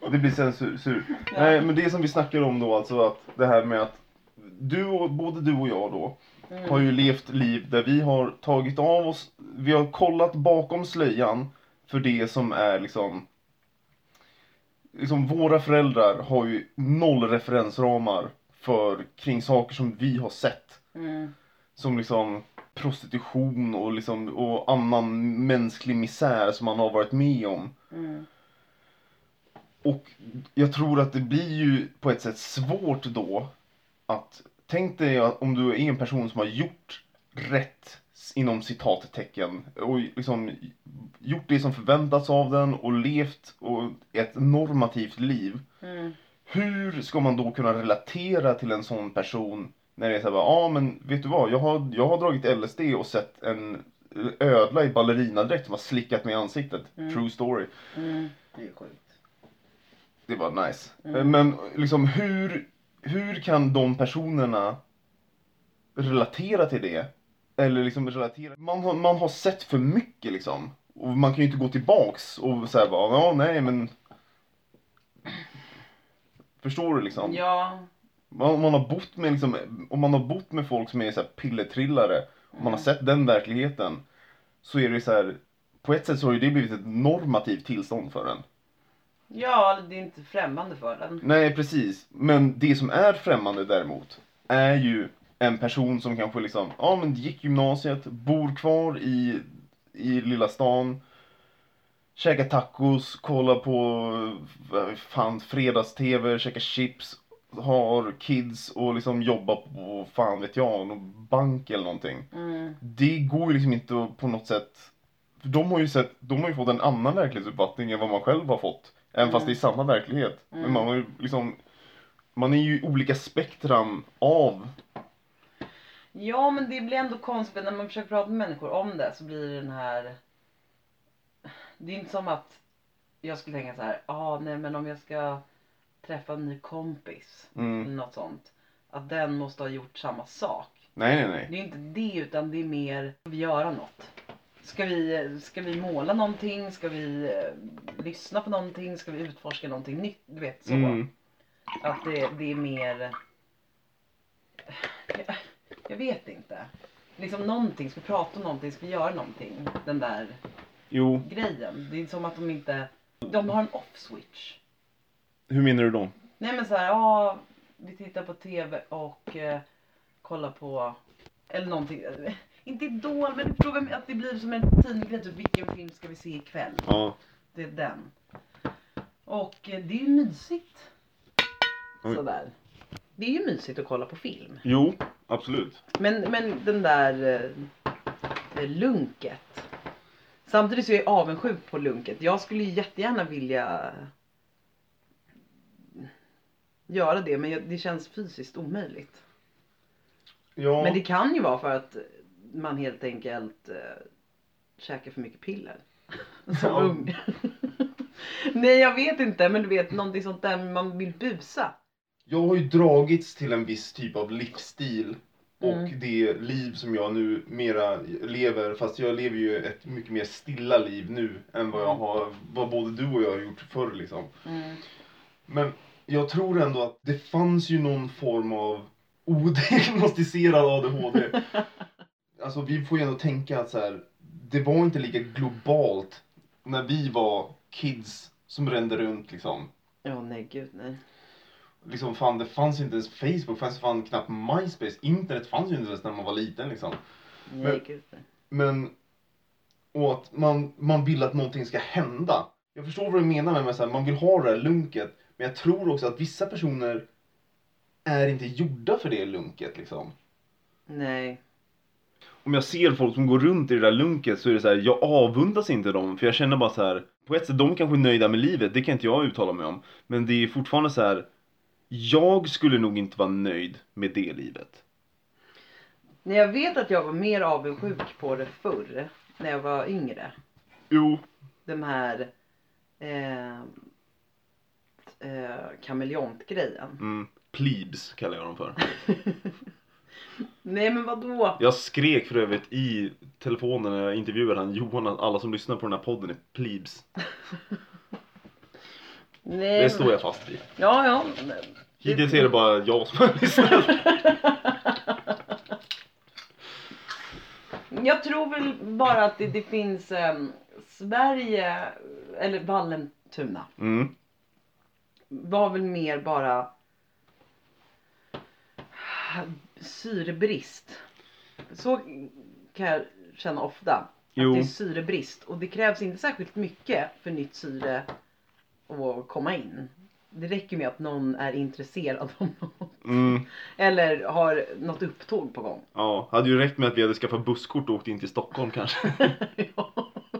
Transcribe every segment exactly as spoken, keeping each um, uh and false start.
Det blir censur. Sur. Ja. Nej, men det som vi snackar om då, alltså att det här med att du och, både du och jag då mm. har ju levt liv där vi har tagit av oss, vi har kollat bakom slöjan för det som är liksom, liksom våra föräldrar har ju noll referensramar för kring saker som vi har sett. Mm. Som liksom prostitution och, liksom, och annan mänsklig misär som man har varit med om. Mm. Och jag tror att det blir ju på ett sätt svårt då att, tänk dig om du är en person som har gjort rätt inom citattecken och liksom gjort det som förväntats av den och levt och ett normativt liv. Mm. Hur ska man då kunna relatera till en sån person när det är så här, ja ah, men vet du vad, jag har, jag har dragit L S D och sett en ödla i ballerinadräkt som har slickat mig i ansiktet. Mm. True story. Mm. Det är sjukt. Det var nice. Mm. Men liksom hur, hur kan de personerna relatera till det? Eller liksom relatera. Man har, man har sett för mycket liksom. Och man kan ju inte gå tillbaks och säga bara, ja nej men. Förstår du liksom? Ja. Man, man har bott med liksom, om man har bott med folk som är så här pillertrillare. Mm. Och man har sett den verkligheten. Så är det så här, på ett sätt så har ju det blivit ett normativt tillstånd för den. Ja, det är inte främmande för den. Nej, precis. Men det som är främmande däremot är ju en person som kanske liksom, ja men gick gymnasiet, bor kvar i, i lilla stan, käkar tacos, kollar på fan fredags-tv, käkar chips, har kids och liksom jobbar på, fan vet jag, någon bank eller någonting. Mm. Det går ju liksom inte på något sätt, för de har ju sett, de har ju fått en annan verklighetsuppfattning än vad man själv har fått. Även mm. fast det är samma verklighet. Mm. Men man har ju liksom, man är ju i olika spektrum av. Ja, men det blir ändå konstigt när man försöker prata med människor om det, så blir det den här, det är inte som att jag skulle tänka så här, ja ah, nej men om jag ska träffa en ny kompis mm. eller något sånt, att den måste ha gjort samma sak. Nej, nej, nej. Det är inte det, utan det är mer att vi göra något. Ska vi, ska vi måla någonting? Ska vi uh, lyssna på någonting? Ska vi utforska någonting nytt? Du vet så. Mm. Att det, det är mer, jag, jag vet inte. Liksom någonting, ska vi prata om någonting? Ska vi göra någonting? Den där jo. grejen. Det är som att de inte, de har en off-switch. Hur menar du då? Nej men så här, ja, vi tittar på tv och eh, kollar på, eller någonting, inte Idol, men jag tror att det blir som en tidning, typ vilken film ska vi se ikväll? Ja. Det är den. Och eh, det är ju mysigt. Oj. Sådär. Det är ju mysigt att kolla på film. Jo, absolut. Men, men den där eh, lunket. Samtidigt så är jag avundsjuk på lunket. Jag skulle ju jättegärna vilja göra det, men det känns fysiskt omöjligt. Ja. Men det kan ju vara för att man helt enkelt äh, käkar för mycket piller. Som ja. ung. Nej, jag vet inte, men du vet, någonting sånt där man vill busa. Jag har ju dragits till en viss typ av livsstil. Och Mm. det liv som jag nu mera lever, fast jag lever ju ett mycket mer stilla liv nu än vad jag har, vad både du och jag har gjort förr liksom. Mm. Men jag tror ändå att det fanns ju någon form av odiagnostiserad A D H D. Alltså vi får ju ändå tänka att så här, det var inte lika globalt när vi var kids som rände runt liksom. Ja, oh, nej gud, nej. Liksom fan, det fanns inte ens Facebook, fanns fan knappt MySpace, internet fanns ju inte ens när man var liten liksom. Nej men, gud, nej. Men, och att man, man vill att någonting ska hända. Jag förstår vad du menar med så här, man vill ha det här lunket. Men jag tror också att vissa personer är inte gjorda för det lunket liksom. Nej. Om jag ser folk som går runt i det där lunket så är det så här, jag avundas inte dem. För jag känner bara så här, på ett sätt, de kanske är nöjda med livet, det kan inte jag uttala mig om. Men det är fortfarande så här, jag skulle nog inte vara nöjd med det livet. Nej, jag vet att jag var mer avundsjuk på det förr, när jag var yngre. Jo. De här eh, eh, kameleontgrejen. Mm, plebes kallar jag dem för. Nej, men vadå? Jag skrek för övrigt i telefonen när jag intervjuade han Johan att alla som lyssnar på den här podden är plebes. Nej, Det står jag fast vid. Ja, ja. Hittills är det bara jag som har lyssnat. Jag tror väl bara att det, det finns um, Sverige, eller Vallentuna. Mm. Var väl mer bara syrebrist. Så kan jag känna ofta. Jo. Att det är syrebrist. Och det krävs inte särskilt mycket för nytt syre att komma in. Det räcker med att någon är intresserad av något. Mm. Eller har något upptåg på gång. Ja, hade ju räckt med att vi hade skaffat busskort och åkt in till Stockholm kanske. Ja.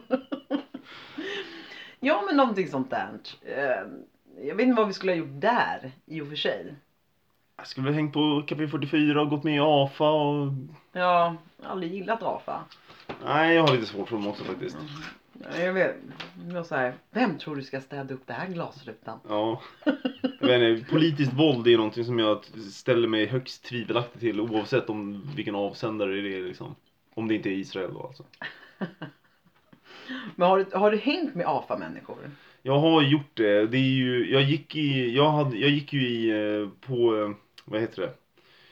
Ja, men någonting sånt där. Jag vet inte vad vi skulle ha gjort där, i och för sig. Jag skulle väl hängt på Café fyrtiofyra och gått med i A F A och... Ja, jag har aldrig gillat A F A. Nej, jag har lite svårt för dem också faktiskt. Jag vet, jag så här, vem tror du ska städa upp det här glasrutan? Ja. Jag vet inte, politiskt våld är någonting som jag ställer mig högst tvivelaktigt till oavsett om vilken avsändare det är liksom. Om det inte är Israel då alltså. Men har du, har du hängt med A F A-människor? Jag har gjort det. Det är ju, jag gick i, jag hade, jag gick ju i på, vad heter det?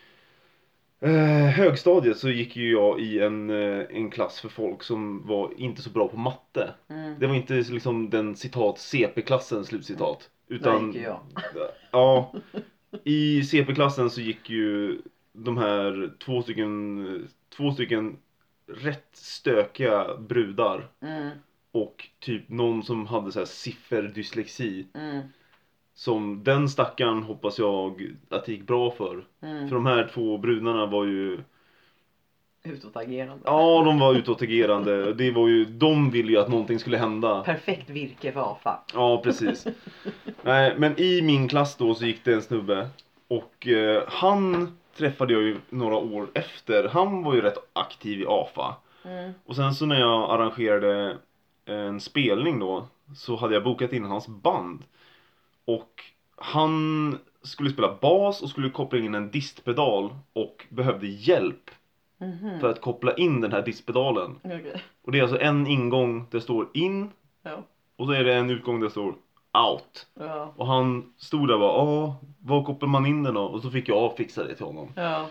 Eh, högstadiet så gick ju jag i en, en klass för folk som var inte så bra på matte. Mm. Det var inte liksom den citat C P-klassen slutcitat. Utan, Där gick jag. Ja, i C P-klassen så gick ju de här två stycken, två stycken rätt stökiga brudar. Mm. Och typ någon som hade så här sifferdyslexi. Mm. Som den stackaren hoppas jag att det gick bra för. Mm. För de här två brudarna var ju... Utåtagerande. Ja, de var utåtagerande. Det var ju, de ville ju att någonting skulle hända. Perfekt virke för A F A. Ja, precis. Nej, men i min klass då så gick det en snubbe. Och eh, han träffade jag ju några år efter. Han var ju rätt aktiv i A F A. Mm. Och sen så när jag arrangerade en spelning då, så hade jag bokat in hans band. Och han skulle spela bas och skulle koppla in en distpedal och behövde hjälp Mm-hmm. för att koppla in den här distpedalen. Okay. Och det är alltså en ingång där står in, Ja. och så är det en utgång där står out. Ja. Och han stod där och bara, ja, var kopplar man in den då? Och så fick jag fixa det till honom. Ja.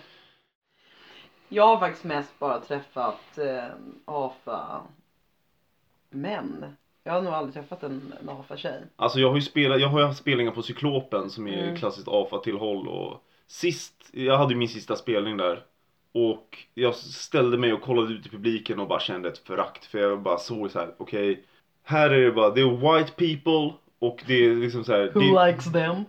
Jag har faktiskt mest bara träffat eh, A F A män. Jag har nog aldrig träffat en, en A F A-tjej. Alltså jag har ju spelat, jag har ju haft spelningar på Cyklopen som är Mm. klassiskt A F A-tillhåll. Och sist, jag hade ju min sista spelning där. Och jag ställde mig och kollade ut i publiken och bara kände ett förakt. För jag bara såg så här, okej, okay, här är det bara, det är white people. Och det är liksom så här. Who det... likes them?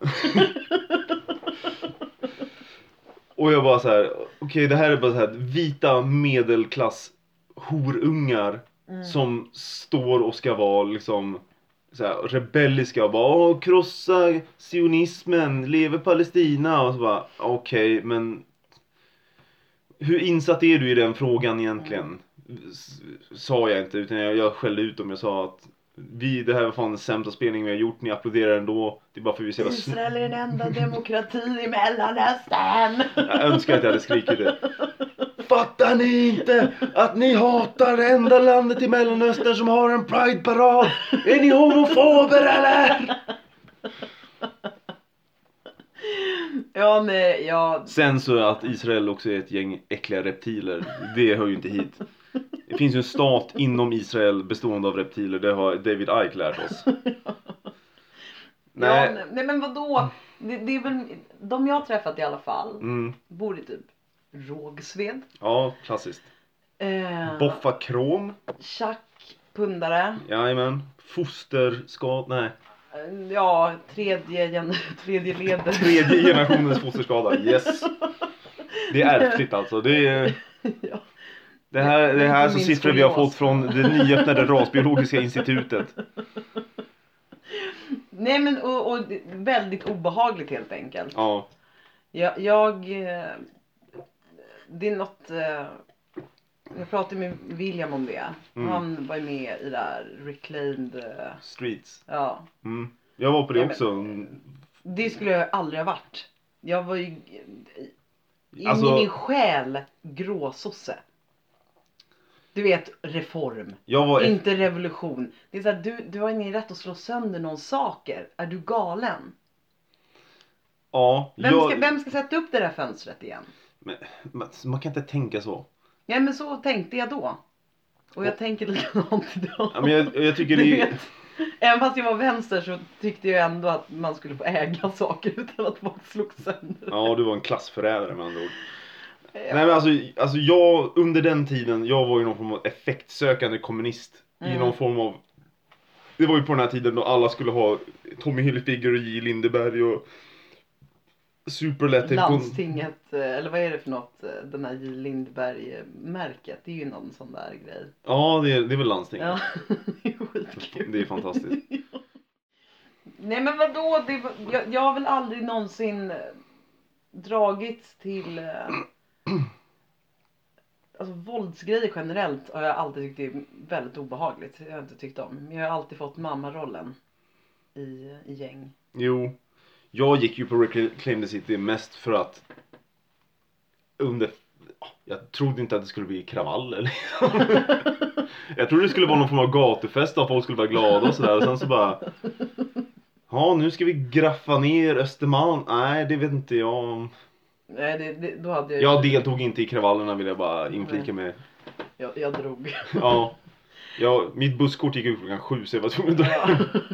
Och jag bara så här, okej, okay, det här är bara så här vita medelklass horungar. Mm. Som står och ska vara liksom så här, rebelliska och bara, åh, krossa sionismen, lever Palestina. Och så bara, okej, okay, men hur insatt är du i den frågan egentligen? S- sa jag inte, utan jag, jag skällde ut dem. Jag sa att vi, det här var fan den sämsta spelningen vi har gjort. Ni applåderar ändå. Det är bara för vi ser vad sn- Israel är den enda demokratin i Mellanöstern. Jag önskar att jag hade skrikit det. Fattar ni inte att ni hatar det enda landet i Mellanöstern som har en Pride-parad? Är ni homofober eller? Ja, nej, ja. Sen så att Israel också är ett gäng äckliga reptiler, det hör ju inte hit. Det finns ju en stat inom Israel bestående av reptiler, det har David Icke lärt oss. Nej. Ja, nej men vadå? Det, det är väl, de jag har träffat i alla fall, Mm. bor i typ Rågsved. Ja, klassiskt. Eh, Boffa krom. Tjack, pundare. Jajamän. Fosterskad, nej. Eh, Ja, tredje, gen- tredje ledet. Tredje generationens fosterskada, yes. Det är ärftligt alltså. Det är... Ja. Det här, det här är så Min siffror vi har skolios. fått från det nyöppnade rasbiologiska institutet. Nej men och, och det är väldigt obehagligt helt enkelt. Ja. Jag, jag eh, det är något eh, jag pratade med William om det. Mm. Han var ju med i det här Reclaimed eh, Streets. ja. Mm. Jag var på det Ja, men- också. Det skulle jag aldrig ha varit. Jag var ju in Alltså- i min själ gråsosse. Du vet, reform. Jag var eff- Inte revolution. Det är så här, du, du har ingen rätt att slå sönder någon saker. Är du galen? Ja, Vem, jag... ska, vem ska sätta upp det där fönstret igen? Men, man, man kan inte tänka så. Ja, men så tänkte jag då. Och jag tänker likadant idag. Ja, men jag, jag tycker Du det är... vet, även fast jag var vänster så tyckte jag ändå att man skulle få äga saker utan att folk slog sönder. Ja, du var en klassförrädare med andra ord. Ja. Nej men alltså, alltså jag, under den tiden, jag var ju någon form av effektsökande kommunist. Mm. I någon form av... Det var ju på den här tiden då alla skulle ha Tommy Hilfiger och J. Lindeberg och... Superlätt. Landstinget, eller vad är det för något? Den här J. Lindberg-märket. Det är ju någon sån där grej. Ja, det är, det är väl landstinget. Ja, det är skitkul. Det är fantastiskt. Nej men vadå? Det, jag, jag har väl aldrig någonsin dragits till... Alltså våldsgrejer generellt har jag alltid tyckt det är väldigt obehagligt. Jag har inte tyckt om. Men jag har alltid fått mammarollen i, i gäng. Jo. Jag gick ju på Reclaim the City mest för att under... Jag trodde inte att det skulle bli kravall eller jag trodde det skulle vara någon form av gatufest och folk skulle vara glada och sådär. Och sen så bara... Ja, nu ska vi graffa ner Östermalm. Nej, det vet inte jag. Nej, det, det, då hade jag... Jag deltog inte i kravallerna, vill jag bara inflika med. Jag, jag drog. Ja. Ja, mitt busskort gick ut klockan sju så jag var tvungen att dra. Ja.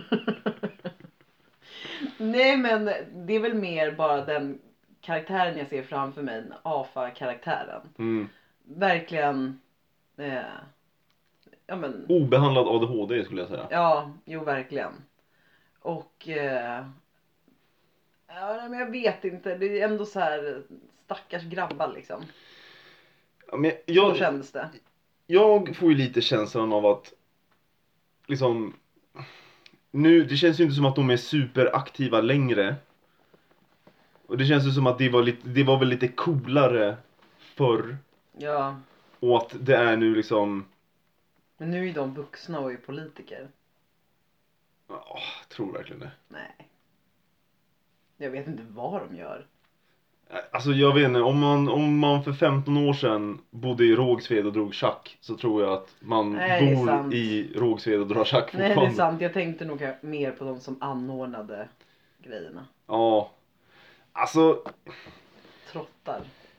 Nej men det är väl mer bara den karaktären jag ser framför mig. A F A-karaktären. Mm. Verkligen... Eh, ja men... Obehandlad A D H D skulle jag säga. Ja, jo verkligen. Och... Eh, ja, men jag vet inte. Det är ändå så här stackars grabbar liksom. Ja, men jag, Så kändes det. Jag får ju lite känslan av att... Liksom... Nu, det känns ju inte som att de är superaktiva längre. Och det känns ju som att det var, lite, det var väl lite coolare förr. Ja. Och att det är nu liksom... Men nu är de vuxna och är politiker. Åh, jag tror verkligen det. Nej. Jag vet inte vad de gör. Alltså jag vet inte, om man, om man för femton år sedan bodde i Rågsved och drog schack, så tror jag att man Nej, bor sant. i Rågsved och drar schack fortfarande. Nej, det är sant. Jag tänkte nog mer på de som anordnade grejerna. Ja. Alltså... Trottar.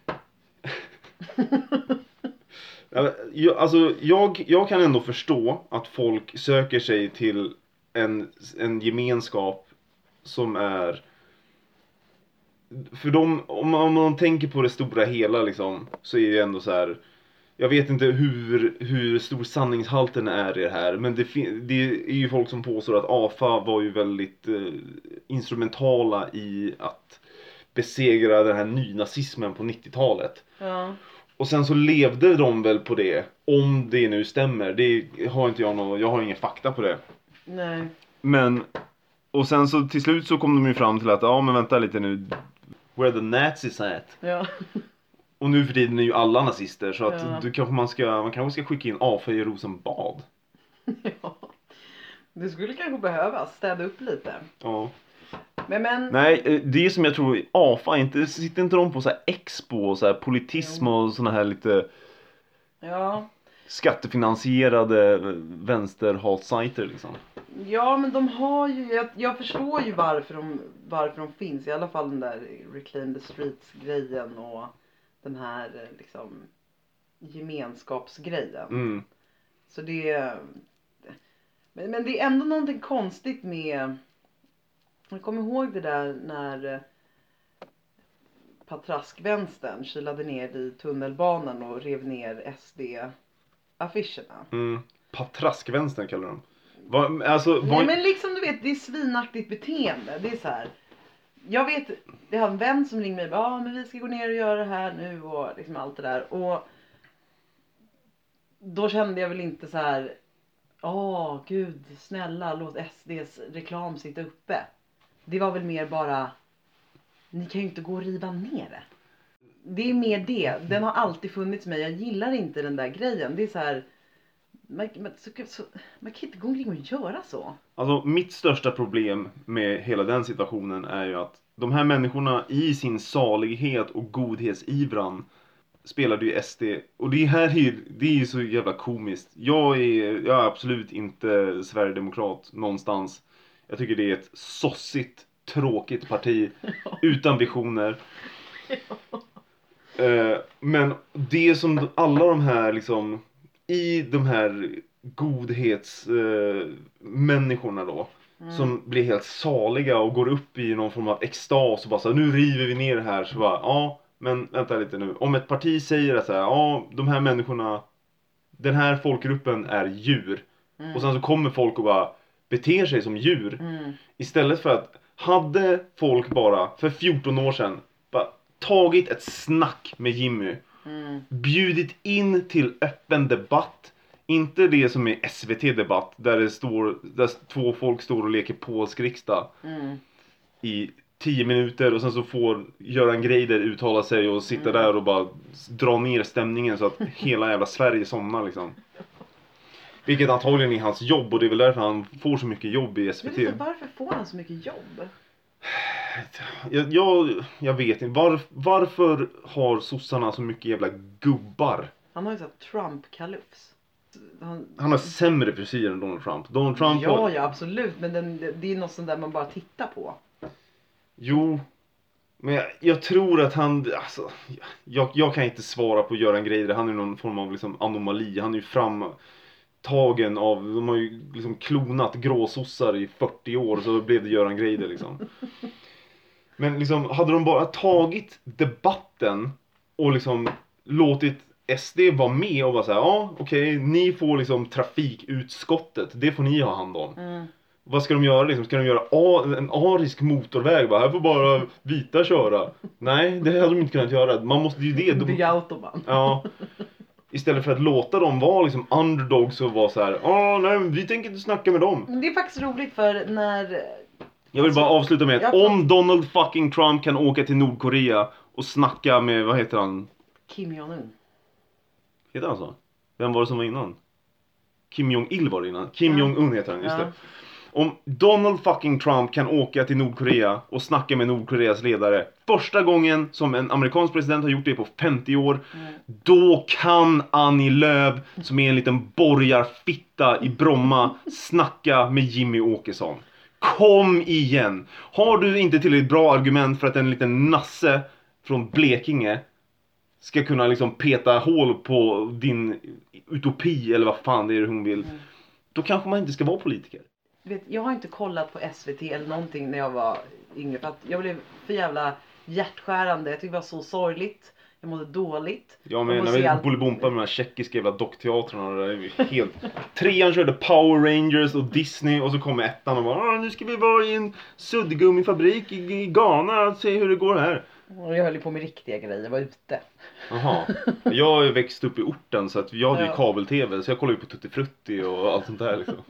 jag, alltså jag, jag kan ändå förstå att folk söker sig till en, en gemenskap som är... För dem, om man, om man tänker på det stora hela liksom, så är det ändå så här. Jag vet inte hur, hur stor sanningshalten är i det här, men det, det är ju folk som påstår att A F A var ju väldigt eh, instrumentala i att besegra den här nynazismen på nittiotalet. Ja. Och sen så levde de väl på det, om det nu stämmer. Det har inte jag någon, jag har ingen fakta på det. Nej. Men, och sen så till slut så kom de ju fram till att, ja men vänta lite nu, where the Nazis at? Ja. Och nu för tiden är ju alla nazister, så att Ja. du kanske man ska, man kanske ska skicka in A F A i Rosenbad. Ja. Det skulle kanske behövas städa upp lite. Ja. Men men. Nej, det är som jag tror, A F A, inte, sitter inte de på så här expo och så här politism och såna här lite Ja. skattefinansierade vänsterhatsajter liksom. Ja, men de har ju, jag, jag förstår ju varför de, varför de finns. I alla fall den där Reclaim the Streets-grejen och den här liksom gemenskapsgrejen. Mm. Så det, men, men det är ändå någonting konstigt med, jag kommer ihåg det där när patraskvänstern kilade ner i tunnelbanan och rev ner S D-affischerna. Mm. Patraskvänstern kallar de. Va, alltså, Nej vad... men liksom du vet, det är svinaktigt beteende. Det är så här. Jag vet, det har en vän som ringde mig. Ja ah, men vi ska gå ner och göra det här nu och liksom allt det där. Och då kände jag väl inte så här. Åh oh, gud snälla låt S D:s reklam sitta uppe. Det var väl mer bara. Ni kan ju inte gå och riva ner det. Det är mer det. Den har alltid funnits med. Jag gillar inte den där grejen. Det är så här. Man, man, så, så, man kan inte gå omkring och göra så. Alltså mitt största problem med hela den situationen är ju att de här människorna i sin salighet och godhetsivran spelade ju S D. Och det här är ju, det är ju så jävla komiskt. Jag är, jag är absolut inte Sverigedemokrat någonstans. Jag tycker det är ett sossigt, tråkigt parti. Utan visioner. Eh, men det som alla de här liksom, i de här godhetsmänniskorna eh, då. Mm. Som blir helt saliga och går upp i någon form av extas och bara så här, nu river vi ner det här. Så bara, ja, men vänta lite nu. Om ett parti säger att så här, ja, de här människorna, den här folkgruppen är djur. Mm. Och sen så kommer folk och bara beter sig som djur. Mm. Istället för att, hade folk bara för fjorton år sedan bara tagit ett snack med Jimmy. Mm. Bjudit in till öppen debatt. Inte det som är S V T-debatt där det står, där två folk står och leker polsk riksdag mm. i tio minuter och sen så får Göran Greider uttala sig och sitta mm. där och bara dra ner stämningen så att hela jävla Sverige somnar liksom. Vilket antagligen är hans jobb och det är väl därför han får så mycket jobb i S V T. Men varför får han så mycket jobb? Jag, jag, jag vet inte. Var, varför har sossarna så mycket jävla gubbar? Han har ju såhär Trump-kalufs. Han... han har sämre frisyr än Donald Trump. Donald Trump ja, har... ja, absolut. Men den, det är något sånt där man bara tittar på. Jo. Men jag, jag tror att han... Alltså, jag, jag kan inte svara på Göran Greider. Han är någon form av liksom anomali. Han är ju framtagen av... De har ju liksom klonat gråsossar i fyrtio år. Så blev det Göran Greider liksom. Men liksom, hade de bara tagit debatten och liksom låtit S D var med och var så här, ja okej, okay, ni får liksom trafikutskottet, det får ni ha hand om. Mm. Vad ska de göra liksom? Ska de göra a- en arisk motorväg? Bara, här får bara vita köra. Nej, det hade de inte kunnat göra. Man måste ju det. De... Bygga autobahn. Ja. Istället för att låta dem vara liksom underdogs och vara så här, ja nej, vi tänker inte snacka med dem. Men det är faktiskt roligt för när... Jag vill bara avsluta med att jag... om Donald fucking Trump kan åka till Nordkorea och snacka med, vad heter han? Kim Jong-Un. Heter han så? Vem var det som var innan? Kim Jong-Il var det innan. Kim ja. Jong-Un heter han, just ja. det. Om Donald fucking Trump kan åka till Nordkorea och snacka med Nordkoreas ledare första gången som en amerikansk president har gjort det på femtio år, mm. då kan Annie Lööf, som är en liten borgarfitta i Bromma, snacka med Jimmy Åkesson. Kom igen! Har du inte tillräckligt bra argument för att en liten nasse från Blekinge ska kunna liksom peta hål på din utopi eller vad fan det är hon vill, mm. då kanske man inte ska vara politiker. Vet, jag har inte kollat på S V T eller någonting när jag var yngre för att jag blev för jävla hjärtskärande. Jag tyckte det var så sorgligt. Jag mådde dåligt. Ja, men när vi all... bolibompa med de här tjeckiska jävla dockteatrarna, det är helt... Trean körde Power Rangers och Disney och så kommer ettan och bara, nu ska vi vara i en suddgummifabrik i, i Ghana, se hur det går här. Och jag höll ju på med riktiga grejer, jag var ute. Jaha, jag har ju växt upp i orten så att jag hade ju ja. kabel-tv så jag kollade ju på Tutti Frutti och allt sånt där liksom.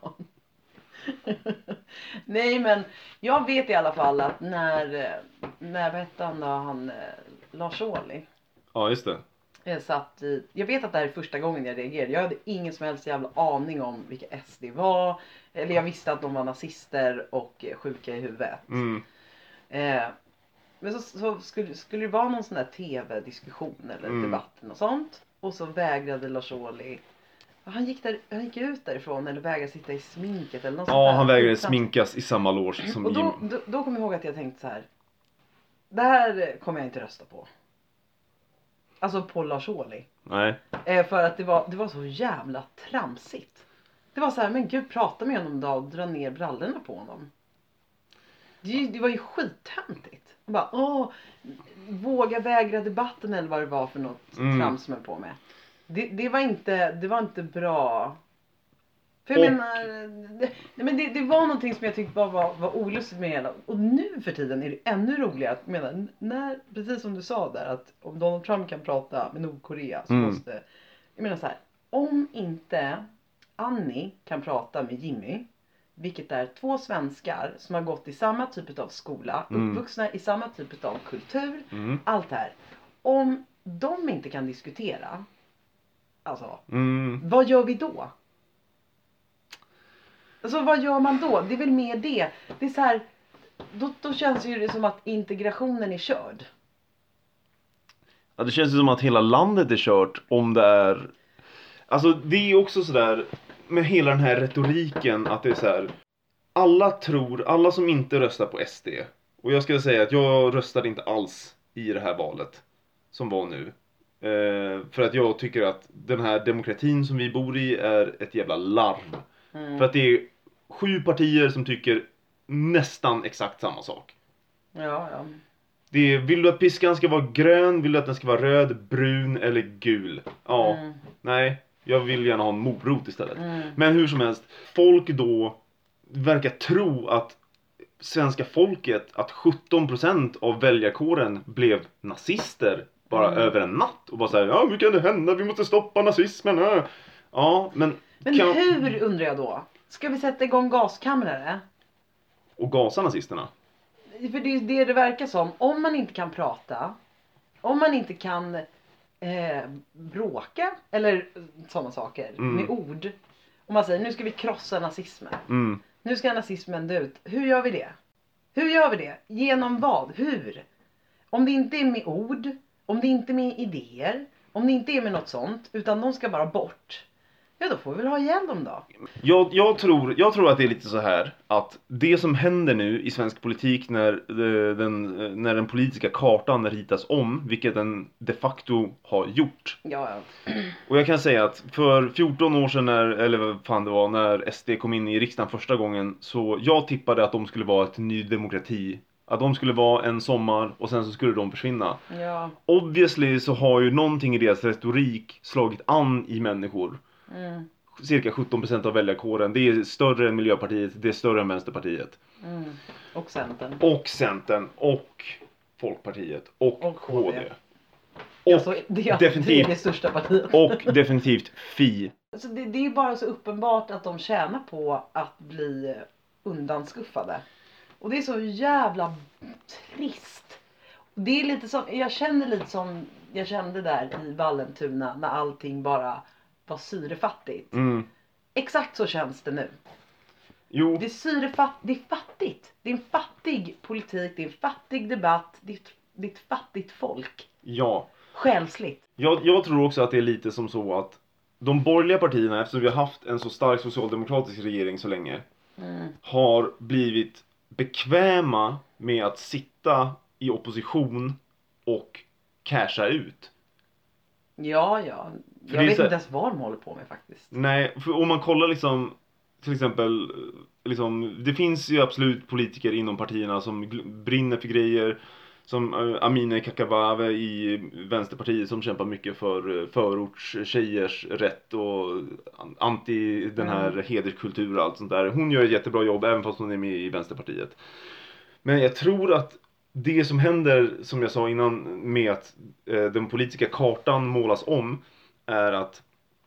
Nej, men jag vet i alla fall att när, när vad hette han då, han Lars Ohly. Ja, just det. Jag satt i, jag vet att det här är första gången jag reagerade. Jag hade ingen som helst jävla aning om vilka S D var. Eller jag visste att de var nazister och sjuka i huvudet. Mm. Eh, men så, så skulle, skulle det vara någon sån där tv-diskussion eller mm. debatt och sånt. Och så vägrade Lars Ohly. Han gick, där, han gick ut därifrån eller vägrade sitta i sminket eller något. Ja, sånt där. Han vägrade sminkas i samma loge som och då, Jim. Då, då kom jag ihåg att jag tänkte så här. Det här kommer jag inte rösta på. Alltså på Lars Ohly. Nej. Eh, för att det var, det var så jävla tramsigt. Det var så här, men gud, prata med honom då och dra ner brallorna på honom. Det, det var ju skithäntigt. Bara, åh, våga vägra debatten eller vad det var för något mm. trams som jag på med. Det, det var inte, det var inte bra. För jag och... menar, det, men det, det var någonting som jag tyckte bara var, var olustigt med hela. Och nu för tiden är det ännu roligare att mena, när, precis som du sa där, att om Donald Trump kan prata med Nordkorea så mm. måste, jag menar så här, om inte Annie kan prata med Jimmy, vilket är två svenskar som har gått i samma typ av skola, mm. uppvuxna i samma typ av kultur, mm. allt det här. Om de inte kan diskutera, alltså, mm. vad gör vi då? Alltså vad gör man då? Det är väl mer det. Det är så här, då, då känns ju det som att integrationen är körd. Ja, det känns ju som att hela landet är kört om det är... Alltså det är också sådär med hela den här retoriken att det är så här. Alla tror, alla som inte röstar på S D. Och jag ska säga att jag röstade inte alls i det här valet som var nu. Eh, för att jag tycker att den här demokratin som vi bor i är ett jävla larv. Mm. För att det är sju partier som tycker nästan exakt samma sak. Ja, ja. Det är, vill du att piskan ska vara grön? Vill du att den ska vara röd, brun eller gul? Ja, mm. Nej. Jag vill gärna ha en morot istället. Mm. Men hur som helst, folk då verkar tro att svenska folket, att sjutton procent av väljarkåren blev nazister bara mm. över en natt. Och bara säger, ja hur kan det hända? Vi måste stoppa nazismen. Äh. Ja, men... Men kan... hur undrar jag då? Ska vi sätta igång gaskamrar? Och gasa nazisterna? För det är det det verkar som. Om man inte kan prata, om man inte kan eh, bråka eller sådana saker mm. med ord. Om man säger, nu ska vi krossa nazismen. Mm. Nu ska nazismen dö ut. Hur gör vi det? Hur gör vi det? Genom vad? Hur? Om det inte är med ord, om det inte är med idéer, om det inte är med något sånt, utan de ska bara bort. Ja, då får vi väl ha ihjäl dem då. Jag, jag, tror, jag tror att det är lite så här att det som händer nu i svensk politik när den, när den politiska kartan ritas om, vilket den de facto har gjort. Ja, ja. Och jag kan säga att för fjorton år sedan, när, eller vad fan det var, när S D kom in i riksdagen första gången, så jag tippade att de skulle vara ett ny demokrati. Att de skulle vara en sommar och sen så skulle de försvinna. Ja. Obviously så har ju någonting i deras retorik slagit an i människor. Mm. Cirka sjutton procent av väljarkåren. Det är större än Miljöpartiet. Det är större än Vänsterpartiet. Mm. Och Centern. Och Centern. Och Folkpartiet. Och, och K D. Och alltså, det är definitivt det största partiet. Och definitivt Fi. Alltså det, det är bara så uppenbart att de tjänar på att bli undanskuffade. Och det är så jävla trist. Det är lite som, jag känner lite som jag kände där i Vallentuna när allting bara var syrefattigt. Mm. Exakt så känns det nu. Jo. Det är syrefatt, det är fattigt. Det är en fattig politik, det är en fattig debatt, det är ett, det är ett fattigt folk. Ja. Själsligt. Jag, jag tror också att det är lite som så att de borgerliga partierna, eftersom vi har haft en så stark socialdemokratisk regering så länge, mm. har blivit bekväma med att sitta i opposition och casha ut. Ja, ja. Jag vet så... inte ens vad de håller på med faktiskt. Nej, för om man kollar liksom, till exempel, liksom, det finns ju absolut politiker inom partierna som brinner för grejer. Som Amineh Kakabaveh i Vänsterpartiet som kämpar mycket för förorts tjejers rätt och anti den här mm. hederskultur och allt sånt där. Hon gör ett jättebra jobb även fast hon är med i Vänsterpartiet. Men jag tror att det som händer, som jag sa innan, med att eh, den politiska kartan målas om är att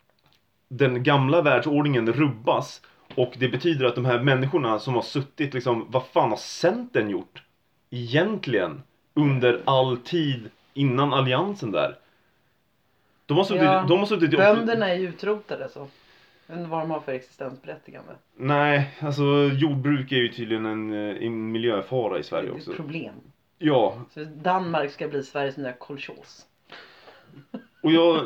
den gamla världsordningen rubbas. Och det betyder att de här människorna som har suttit liksom, vad fan har Centern gjort egentligen under all tid innan alliansen där? De har suttit, ja, de har suttit i bönderna är ju utrotade så. Jag vet inte vad de har för existensberättigande. Nej, alltså jordbruk är ju tydligen en, en miljöfara i Sverige också. Det är ett problem. Ja. Så Danmark ska bli Sveriges nya kolchos. Och jag...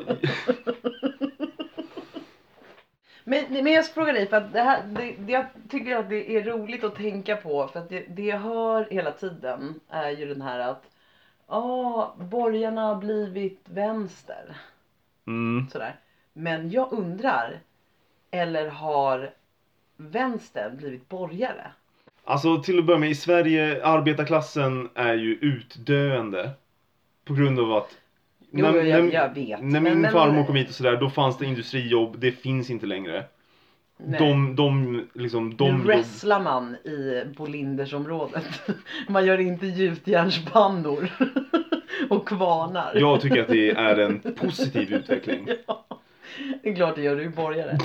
men, men jag ska fråga dig, för att det här, det, det, jag tycker att det är roligt att tänka på. För att det, det jag hör hela tiden är ju den här att ja, borgarna har blivit vänster. Mm. Sådär. Men jag undrar, eller har vänstern blivit borgare? Alltså till att börja med, i Sverige, arbetarklassen är ju utdöende. På grund av att Jo, när, jag, jag vet. När min men, farmor kom hit och sådär, då fanns det industrijobb. Det finns inte längre. Nej. De, de, liksom, de... Nu wrestlar man i Bolindersområdet. Man gör inte gjutjärnsbandor och kvarnar. Jag tycker att det är en positiv utveckling. Ja, det är klart det gör, du är borgare.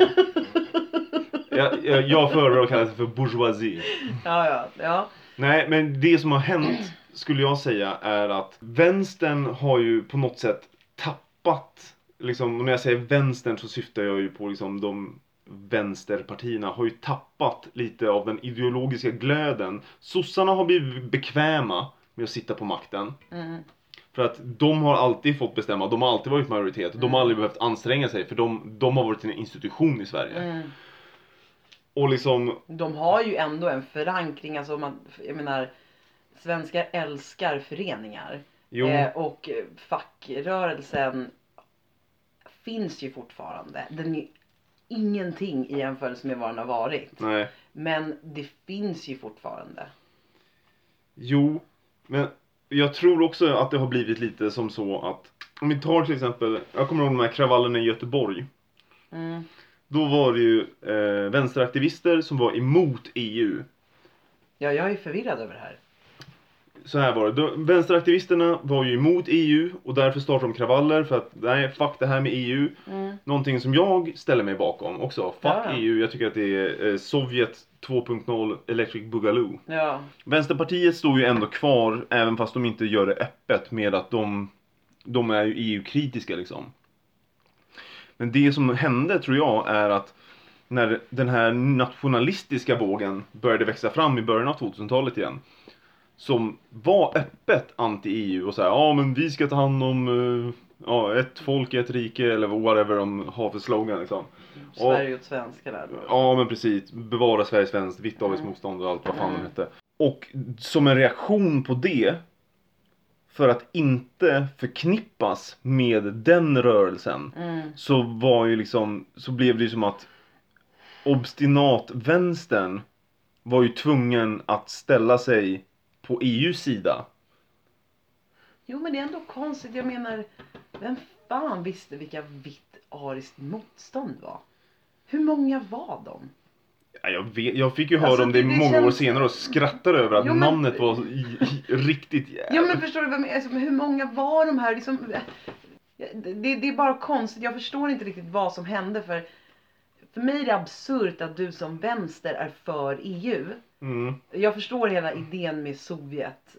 jag, jag, jag föredrar att kalla det för bourgeoisie. Ja, ja, ja. Nej, men det som har hänt, skulle jag säga, är att vänstern har ju på något sätt tappat, liksom, och när jag säger vänstern så syftar jag ju på liksom de vänsterpartierna har ju tappat lite av den ideologiska glöden. Sossarna har blivit bekväma med att sitta på makten. Mm. För att de har alltid fått bestämma, de har alltid varit majoritet. De har aldrig behövt anstränga sig, för de, de har varit en institution i Sverige. Mm. Och liksom... De har ju ändå en förankring, alltså man, jag menar, svenskar älskar föreningar. Eh, och fackrörelsen finns ju fortfarande. Den är ingenting i jämförelse med vad den har varit. Nej. Men det finns ju fortfarande. Jo, men jag tror också att det har blivit lite som så att, om vi tar till exempel, jag kommer ihåg de här kravallerna i Göteborg. Mm. Då var det ju eh, vänsteraktivister som var emot E U. Ja, jag är förvirrad över det här. Så här var det. Då, vänsteraktivisterna var ju emot E U och därför startade de kravaller för att nej, fuck det här med E U. Mm. Någonting som jag ställer mig bakom också. Fuck Ja. E U. Jag tycker att det är eh, Sovjet två punkt noll Electric Boogaloo. Ja. Vänsterpartiet står ju ändå kvar även fast de inte gör det öppet med att de, de är ju E U-kritiska liksom. Men det som hände tror jag är att när den här nationalistiska vågen började växa fram i början av tvåtusentalet igen, som var öppet anti-E U och så här, ja men vi ska ta hand om uh, ja, ett folk, ett rike eller whatever de har för slogan liksom. Sverige och svenskarna. Ja men precis, bevara Sveriges vänster, vitt Davids Mm. motstånd och allt vad fan Mm. de hette. Och som en reaktion på det, för att inte förknippas med den rörelsen, Mm. så var ju liksom, så blev det ju som att obstinat vänstern var ju tvungen att ställa sig på E U:s sida. Jo, men det är ändå konstigt. Jag menar, vem fan visste vilka vitt ariskt motstånd var? Hur många var de? Ja, jag, vet, jag fick ju höra Alltså, om det, det- det många känns- år senare och skrattade över att Jo, men- namnet var i, i, riktigt jävligt. Ja, men förstår du vad jag menar? Alltså, hur många var de här? Liksom, det, det är bara konstigt. Jag förstår inte riktigt vad som hände. För, för mig är det absurt att du som vänster är för E U. Mm, Jag förstår hela idén med Sovjet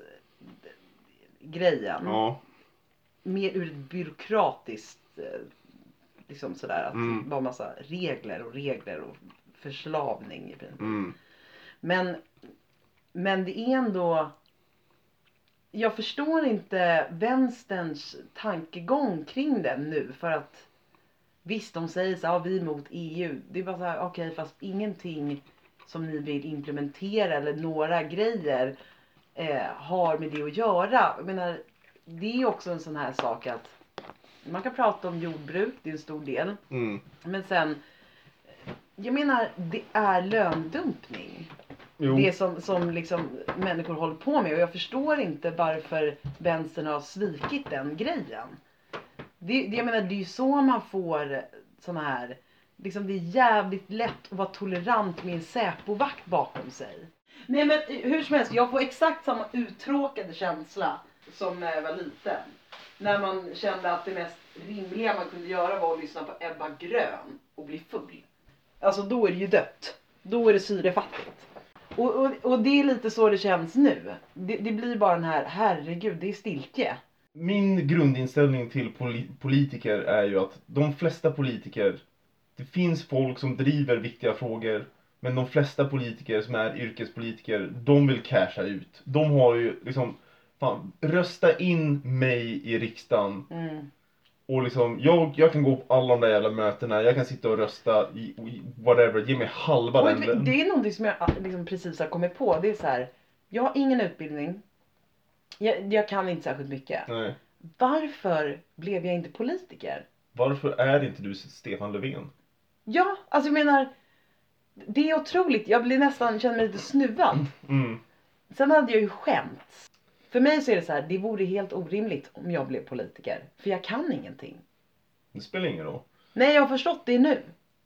grejen. ja. Mer ur ett byråkratiskt eh, liksom sådär att Mm. det var massa regler och regler och förslavning i princip. Mm. Men men det är ändå, jag förstår inte vänsterns tankegång kring det nu, för att visst, de säger så här, ja, vi är emot E U. Det är bara så här, okej, okay, fast ingenting som ni vill implementera eller några grejer eh, har med det att göra. Jag menar, det är ju också en sån här sak att man kan prata om jordbruk, det är en stor del. Mm. Men sen, jag menar, det är löndumpning. Jo. Det som, som liksom människor håller på med. Och jag förstår inte varför vänstern har svikit den grejen. Det, det, jag menar, det är ju så man får såna här, liksom det är jävligt lätt att vara tolerant med en Säpovakt bakom sig. Nej, men hur som helst, jag får exakt samma uttråkade känsla som när jag var liten. När man kände att det mest rimliga man kunde göra var att lyssna på Ebba Grön och bli full. Alltså då är det ju dött. Då är det syrefattigt. Och, och, och det är lite så det känns nu. Det, det blir bara den här, herregud, det är stiltje. Min grundinställning till poli- politiker är ju att de flesta politiker, det finns folk som driver viktiga frågor, men de flesta politiker som är yrkespolitiker, de vill casha ut. De har ju liksom, fan, rösta in mig i riksdagen. Mm. Och liksom, jag, jag kan gå på alla de där jävla mötena, jag kan sitta och rösta i, i whatever, ge mig halva Och den. det, det är någonting som jag liksom precis har kommit på. Det är så här, jag har ingen utbildning. Jag, jag kan inte särskilt mycket. Nej. Varför blev jag inte politiker? Varför är inte du Stefan Löfven? Ja, alltså jag menar, det är otroligt. Jag blir nästan, känner mig lite snuvad. Mm. Sen hade jag ju skämt. För mig så är det så här, det vore helt orimligt om jag blev politiker. För jag kan ingenting. Det spelar ingen roll. Nej, jag har förstått det nu.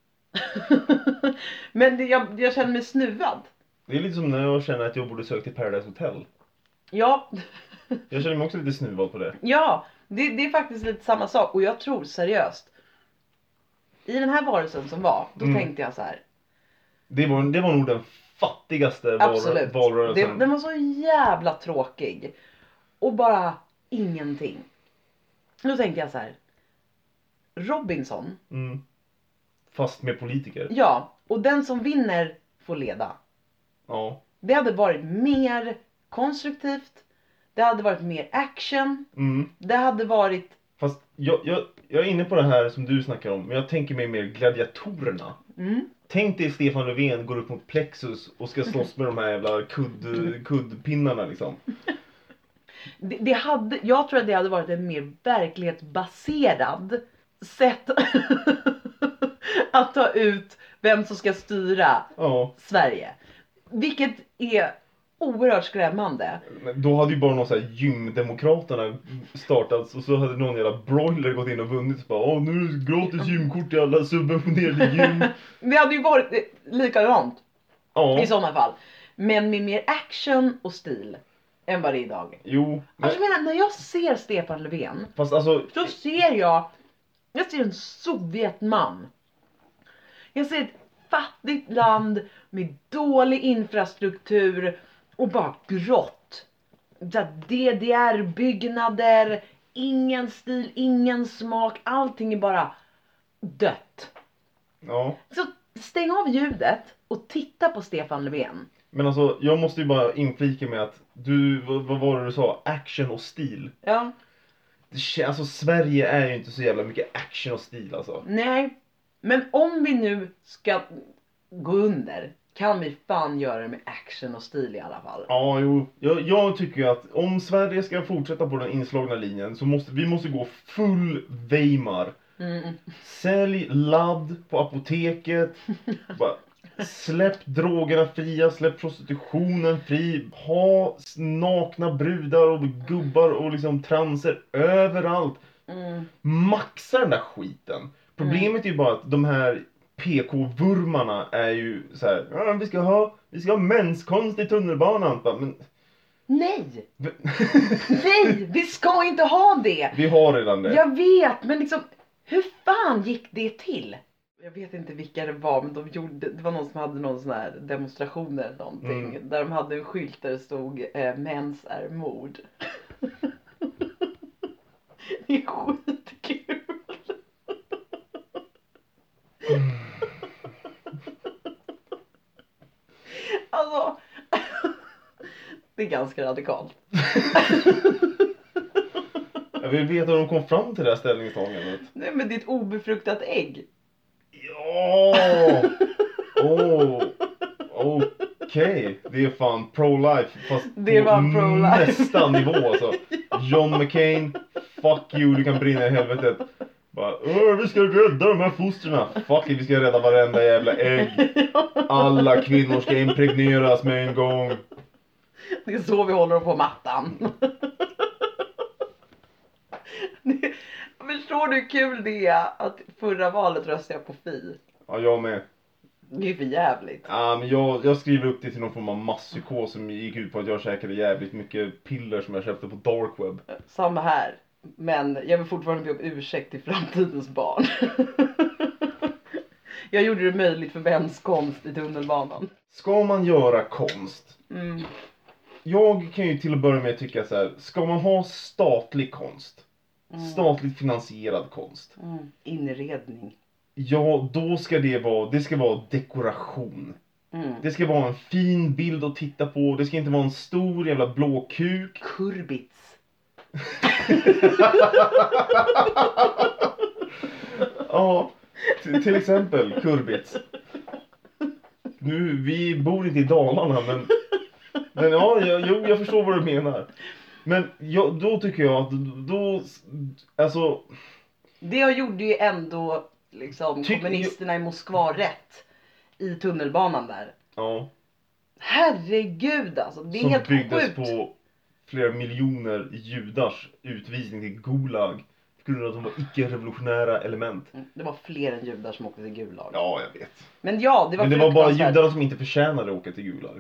Men det, jag, jag känner mig snuvad. Det är lite som när jag känner att jag borde söka till Paradise Hotel. Ja, Jag känner mig också lite snuvad på det. ja det, det är faktiskt lite samma sak. Och jag tror seriöst. I den här varelsen som var, då Mm. tänkte jag så här. Det var, det var nog den fattigaste Absolut. val, valrörelsen. Det, den var så jävla tråkig. Och bara ingenting. Då tänkte jag så här. Robinson. Mm. Fast med politiker. Ja, och den som vinner får leda. Ja. Det hade varit mer konstruktivt. Det hade varit mer action. Mm. Det hade varit... Fast jag, jag, jag är inne på det här som du snackar om. Men jag tänker mig mer gladiatorerna. Mm. Tänk dig Stefan Löfven går upp mot Plexus och ska slåss med de här jävla kudd, kuddpinnarna liksom. Det, det hade, jag tror att det hade varit en mer verklighetsbaserad sätt att ta ut vem som ska styra Ja. Sverige. Vilket är oerhört skrämmande. Men då hade ju bara någon så här gymdemokraterna startats och så hade någon jävla broiler gått in och vunnit och bara, åh nu är det gratis gymkort till alla subventionerade gym. Det hade ju varit likadant Ja. i sådana fall. Men med mer action och stil än vad det är idag. Jo. Men... Alltså, jag menar, när jag ser Stefan Löfven Fast alltså... så ser jag, jag ser en Sovjetman. Jag ser ett fattigt land med dålig infrastruktur och bara grått. D D R-byggnader, ingen stil, ingen smak, allting är bara dött. Ja. Så stäng av ljudet och titta på Stefan Löfven. Men alltså, jag måste ju bara inflika med att du, vad, vad var det du sa? Action och stil. Ja. Det kän, alltså Sverige är ju inte så jävla mycket action och stil alltså. Nej, men om vi nu ska gå under kan vi fan göra det med action och stil i alla fall. Ja, jo. Jag, jag tycker ju att om Sverige ska fortsätta på den inslagna linjen så måste vi måste gå full Weimar. Mm. Sälj ladd på apoteket. Bara, släpp drogerna fria, släpp prostitutionen fri. Ha nakna brudar och gubbar och liksom transer överallt. Mm. Maxa den där skiten. Problemet är ju bara att de här P K-vurmarna är ju så här, ja, vi ska ha vi ska ha menskonst i tunnelbanan. Men Nej! Nej, vi ska inte ha det! vi har redan det. Jag vet, men liksom, hur fan gick det till? Jag vet inte vilka det var, men de gjorde, det var någon som hade någon sån här demonstration eller någonting. Mm. Där de hade en skylt där det stod eh, mens är mord. Det är skitkul. Alltså, det är ganska radikalt. Jag vill veta hur de kom fram till det här ställningstagandet. Nej, men det är ett obefruktat ägg. Ja! Oh, Okej, okay. Det är fan pro-life fast Det var på pro-life. nästa nivå alltså. John McCain, fuck you, du kan brinna i helvetet. Bara, Åh, vi ska rädda de här fosterna. Fuck it, vi ska rädda varenda jävla ägg. Alla kvinnor ska impregneras med en gång. Det är så vi håller på mattan. Förstår du hur kul det är att förra valet röstade jag på Fi? Ja, jag med. Det är för jävligt. Ja, men jag, jag skriver upp det till någon form av masspsykos som gick ut på att jag käkade jävligt mycket piller som jag köpte på dark web. Samma här. Men jag vill fortfarande be om ursäkt till framtidens barn. Jag gjorde det möjligt för mänskonst i tunnelbanan. Ska man göra konst? Mm. Jag kan ju till att börja med tycka så här. Ska man ha statlig konst? Mm. Statligt finansierad konst? Mm. Inredning. Ja, då ska det vara, det ska vara dekoration. Mm. Det ska vara en fin bild att titta på. Det ska inte vara en stor jävla blå kuk. Kurbits. Ja, t- till exempel kurbits. Nu, vi bor inte i Dalarna, men, men ja, jag, jo, jag förstår vad du menar. Men ja, då tycker jag att då, alltså... Det jag gjorde ju ändå liksom Tyck- kommunisterna i Moskva rätt i tunnelbanan där. Ja. Herregud alltså, det är Som helt byggdes sjukt. på flera miljoner judars utvisning till Gulag. På grund av att de var icke-revolutionära element. Mm, det var fler än judar som åkte till Gulag. Ja, jag vet. Men ja, det var Men det var bara fruktansvärt. judarna som inte förtjänade att åka till Gulag.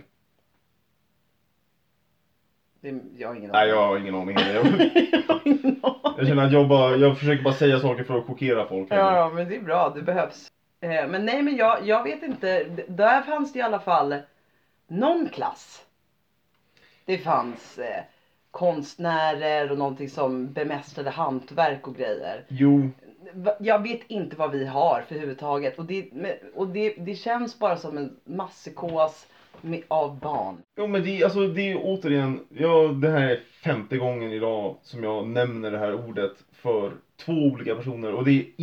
Det, jag har ingen Nej, aning. jag har ingen aning. Jag, Jag har ingen aning. jag känner att jag bara, jag försöker bara säga saker för att chockera folk. Ja, ja, men det är bra, det behövs. Eh, men nej, men jag, jag vet inte. D- Där fanns det i alla fall någon klass. Det fanns eh, konstnärer och någonting som bemästrade hantverk och grejer. Jo, Va- Jag vet inte vad vi har för huvudtaget. Och det, men- och det, det känns bara som en masspsykos Med, av barn. Jo men det, alltså, det är återigen, ja, det här är femte gången idag som jag nämner det här ordet för två olika personer. Och det är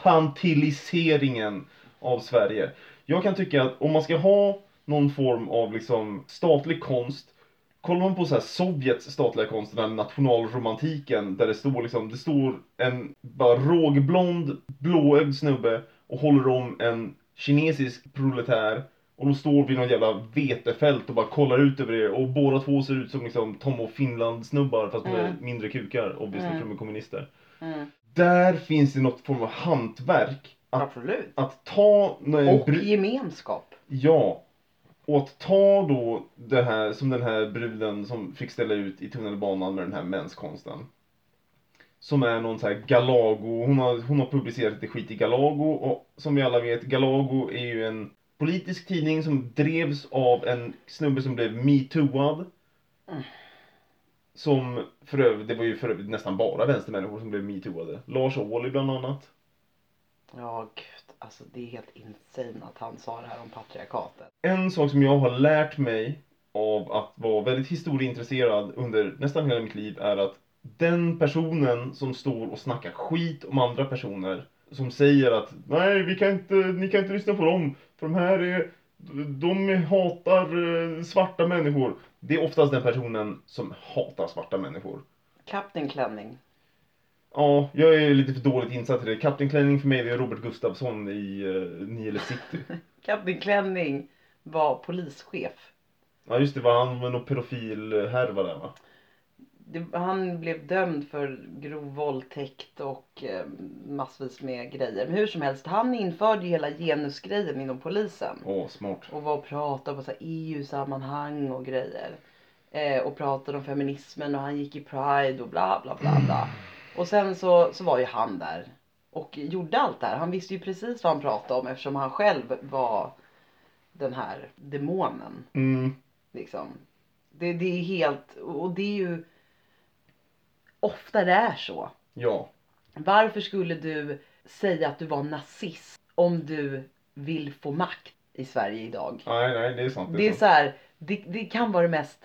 infantiliseringen av Sverige. Jag kan tycka att om man ska ha någon form av liksom statlig konst. Kollar man på så här Sovjets statliga konst, den här nationalromantiken, där det står liksom, det står en bara rågblond, blåögd snubbe och håller om en kinesisk proletär. Och de står vid någon jävla vetefält och bara kollar ut över det. Och båda två ser ut som liksom Tom och Finland-snubbar, fast med Mm. mindre kukar, obviously, Mm. för de är kommunister. Mm. Där finns det något form av hantverk. Att, Absolut. att ta... En Och bru- gemenskap. Ja. Och att ta då det här, som den här bruden som fick ställa ut i tunnelbanan med den här mänskonsten. Som är någon så här Galago. Hon har, hon har publicerat lite skit i Galago. Och som vi alla vet, Galago är ju en politisk tidning som drevs av en snubbe som blev metooad. Mm. Som för övrigt, det var ju för övrigt nästan bara vänstermänniskor som blev metooade. Lars Ohly bland annat. Ja, gud. Alltså det är helt insane att han sa det här om patriarkatet. En sak som jag har lärt mig av att vara väldigt historieintresserad under nästan hela mitt liv är att den personen som står och snackar skit om andra personer, som säger att nej, vi kan inte, ni kan inte lyssna på dem för de här är, de hatar eh, svarta människor. Det är oftast den personen som hatar svarta människor. Kapten Klänning. Ja, jag är lite för dåligt insatt i det. Kapten Klänning för mig är Robert Gustafsson i uh, Nile City. Kapten Klänning var polischef. Ja just det, var han med någon pedofil härva där va? Det, han blev dömd för grov våldtäkt och eh, massvis med grejer. Men hur som helst, han införde ju hela genusgrejen inom polisen. Åh, smart. Och var och pratade på så här E U-sammanhang och grejer. Eh, och pratade om feminismen och han gick i Pride och bla bla bla bla. Och sen så, så var ju han där och gjorde allt det här. Han visste ju precis vad han pratade om eftersom han själv var den här demonen. Mm. Liksom. Det, det är helt, och det är ju ofta det är så. Ja. Varför skulle du säga att du var nazist om du vill få makt i Sverige idag? Nej, nej, det är sant. Det är så här, det, det kan vara det mest,